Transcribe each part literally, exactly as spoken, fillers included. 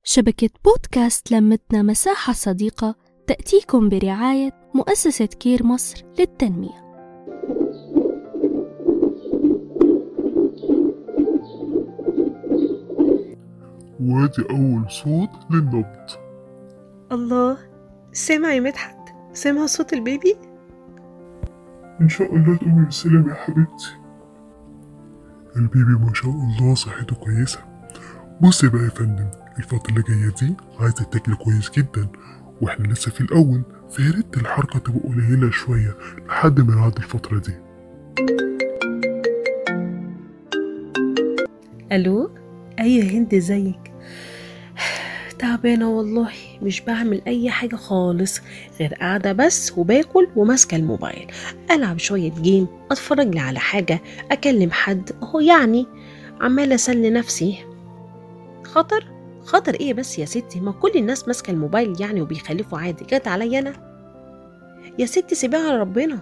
شبكة بودكاست لمتنا مساحة صديقة تأتيكم برعاية مؤسسة كير مصر للتنمية. وادي أول صوت للنبض. الله، سامع يا مدحت؟ سامع صوت البيبي؟ إن شاء الله تقومي بالسلامة يا حبيبتي. البيبي ما شاء الله صحته كويسة. بصي بقى يا فندم، الفترة اللي جاية دي عايزة تاكل كويس جدا، واحنا لسه في الأول، فياريت الحركة تبقى قليلة شوية لحد ما نعدي الفترة دي. ألو؟ أيوة هند، ازيك؟ تعبانة والله، مش بعمل أي حاجة خالص غير قاعدة بس وباكل وماسكة الموبايل، ألعب شوية جيم، أتفرج لي على حاجة، أكلم حد، أهو يعني عمالة أسلي نفسي. خطر؟ خطر إيه بس يا ستي؟ ما كل الناس ماسكة الموبايل يعني وبيخلفوا عادي، جت عليا أنا؟ يا ستي سيبيها على ربنا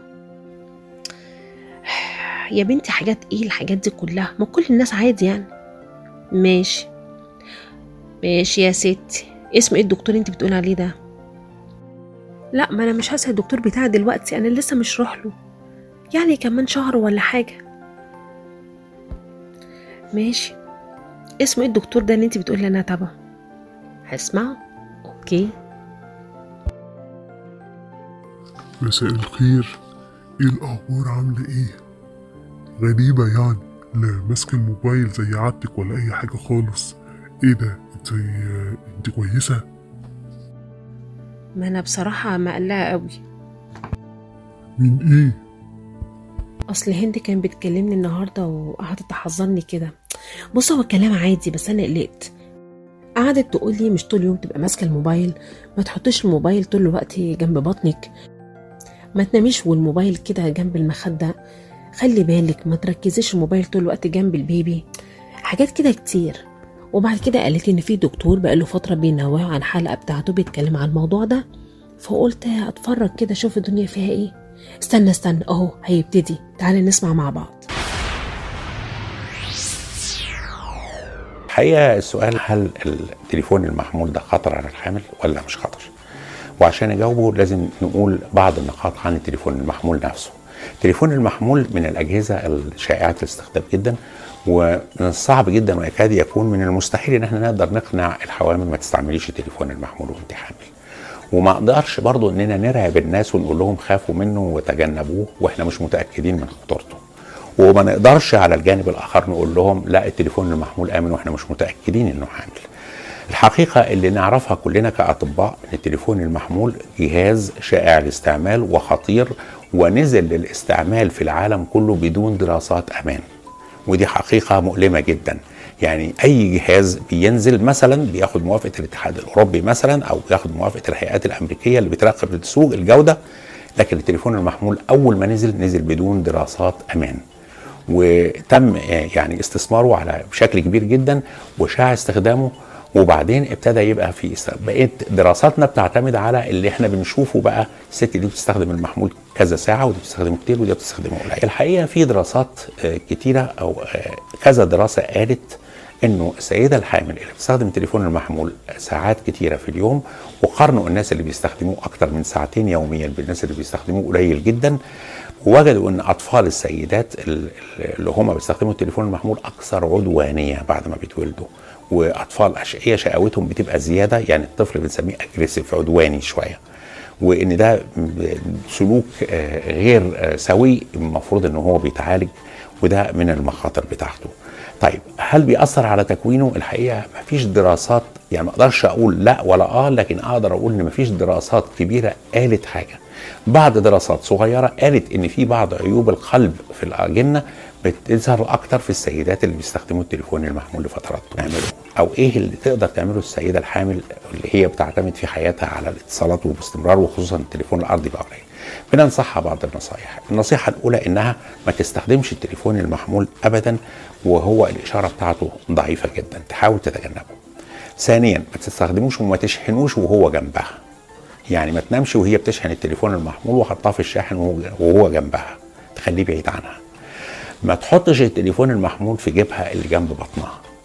يا بنتي. حاجات إيه الحاجات دي كلها؟ ما كل الناس عادي يعني. ماشي ماشي يا ستي. اسم ايه الدكتور انت بتقول عليه ده؟ لا، ما انا مش هسأل الدكتور بتاعي دلوقتي، انا لسه مش روح له، يعني كمان شهر ولا حاجة. ماشي. اسم ايه الدكتور ده اللي انت بتقولي انا تابعه؟ هسمعه. اوكي. مساء الخير، ايه الأخبار؟ عاملة ايه؟ غريبة يعني، لا ماسكة الموبايل زي عادتك ولا أي حاجة خالص. ايه ده؟ انت انت كويسة؟ ما انا بصراحة مقلقة قوي. من ايه؟ اصل هند كان بتكلمني النهاردة وقعدت تحذرني كده. بص، هو الكلام عادي بس انا قلقت. قعدت تقولي مش طول اليوم تبقى ماسكة الموبايل، ما تحطيش الموبايل طول الوقت جنب بطنك، ما تناميش والموبايل كده جنب المخدة، خلي بالك ما تركزيش الموبايل طول الوقت جنب البيبي، حاجات كده كتير. وبعد كده قالت لي ان في دكتور بقاله فتره بينوعوا عن حلقه بتاعته بيتكلم عن الموضوع ده، فقلت اتفرج كده اشوف الدنيا فيها ايه. استنى استنى اهو هيبتدي، تعالي نسمع مع بعض. الحقيقه السؤال، هل التليفون المحمول ده خطر على الحامل ولا مش خطر؟ وعشان نجاوبه لازم نقول بعض النقاط عن التليفون المحمول نفسه. التليفون المحمول من الأجهزة الشائعة الاستخدام جدا، ومن الصعب جدا ويكاد يكون من المستحيل ان احنا نقدر نقنع الحوامل ما تستعمليش التليفون المحمول وانت حامل. وما اقدرش برضو اننا نرعب الناس ونقول لهم خافوا منه وتجنبوه واحنا مش متأكدين من خطورته. وما نقدرش على الجانب الاخر نقول لهم لا التليفون المحمول امن واحنا مش متأكدين انه حامل. الحقيقة اللي نعرفها كلنا كأطباء ان التليفون المحمول جهاز شائع الاستعمال وخطير، ونزل للاستعمال في العالم كله بدون دراسات امان، ودي حقيقة مؤلمة جدا. يعني أي جهاز بينزل مثلا بياخد موافقة الاتحاد الأوروبي مثلا، أو بياخد موافقة الهيئات الأمريكية اللي بتراقب السوق الجودة، لكن التليفون المحمول أول ما نزل نزل بدون دراسات أمان، وتم يعني استثماره على بشكل كبير جدا وشاع استخدامه. وبعدين ابتدى يبقى في بقيت دراساتنا بتعتمد على اللي احنا بنشوفه بقى، الست دي بتستخدم المحمول كذا ساعه ودي بتستخدمه كتير ودي بتستخدمه قليل. الحقيقه في دراسات كتيره او كذا دراسه قالت انه السيده الحامل اللي بتستخدم التليفون المحمول ساعات كتيره في اليوم، وقارنوا الناس اللي بيستخدموه اكتر من ساعتين يوميا بالناس اللي بيستخدموه قليل جدا، ووجدوا ان اطفال السيدات اللي هم بيستخدموا التليفون المحمول اكثر عدوانيه بعد ما بيتولدوا، واطفال اشقيه شقاوتهم بتبقى زياده، يعني الطفل بنسميه اجريسيف عدواني شويه، وان ده سلوك غير سوي المفروض ان هو بيتعالج، وده من المخاطر بتاعته. طيب هل بيأثر على تكوينه؟ الحقيقه مفيش دراسات، يعني ما اقدرش اقول لا ولا اه، لكن اقدر اقول ان مفيش دراسات كبيره قالت حاجه. بعض دراسات صغيره قالت ان في بعض عيوب القلب في الاجنه بتظهر اكتر في السيدات اللي بيستخدموا التليفون المحمول لفترات طويله. او ايه اللي تقدر تعمله السيده الحامل اللي هي بتعتمد في حياتها على الاتصالات وباستمرار، وخصوصا التليفون الارضي بقى قليل؟ بننصحها بعض النصائح. النصيحه الاولى انها ما تستخدمش التليفون المحمول ابدا وهو الاشاره بتاعته ضعيفه جدا، تحاول تتجنبه. ثانيا ما تستخدموش وما تشحنوش وهو جنبها، يعني ما تنامش وهي بتشحن التليفون المحمول وحطها في الشاحن وهو جنبها، تخليه بعيد عنها. ما تحطش التليفون المحمول في جيبها اللي جنب بطنها،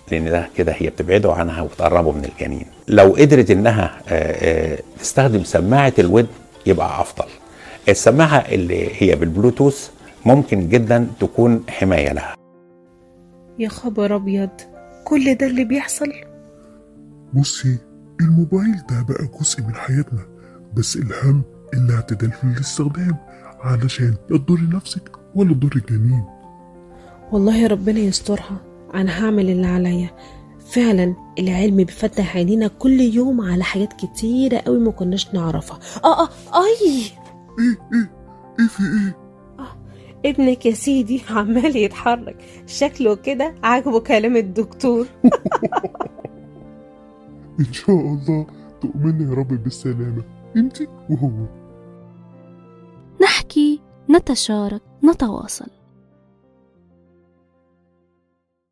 لان ده كده هي بتبعده عنها وتقربه من الجنين. لو قدرت انها تستخدم سماعه الودن يبقى افضل. السماعه اللي هي بالبلوتوث ممكن جدا تكون حمايه لها. يا خبر ابيض، كل ده اللي بيحصل؟ بصي، الموبايل ده بقى جزء من حياتنا، بس الأهم الاعتدال في الاستخدام علشان لا تضري نفسك ولا تضري الجنين. والله ربنا يسترها، انا هعمل اللي عليا. فعلا العلم بيفتح عينينا كل يوم على حاجات كتيرة قوي ما كناش نعرفها. اه اه اي ايه ايه ايه في ايه؟ آه. ابنك يا سيدي عمال يتحرك، شكله كده عاجبه كلام الدكتور. ان شاء الله تؤمني يا رب بالسلامة انتي وهو. نحكي، نتشارك، نتواصل.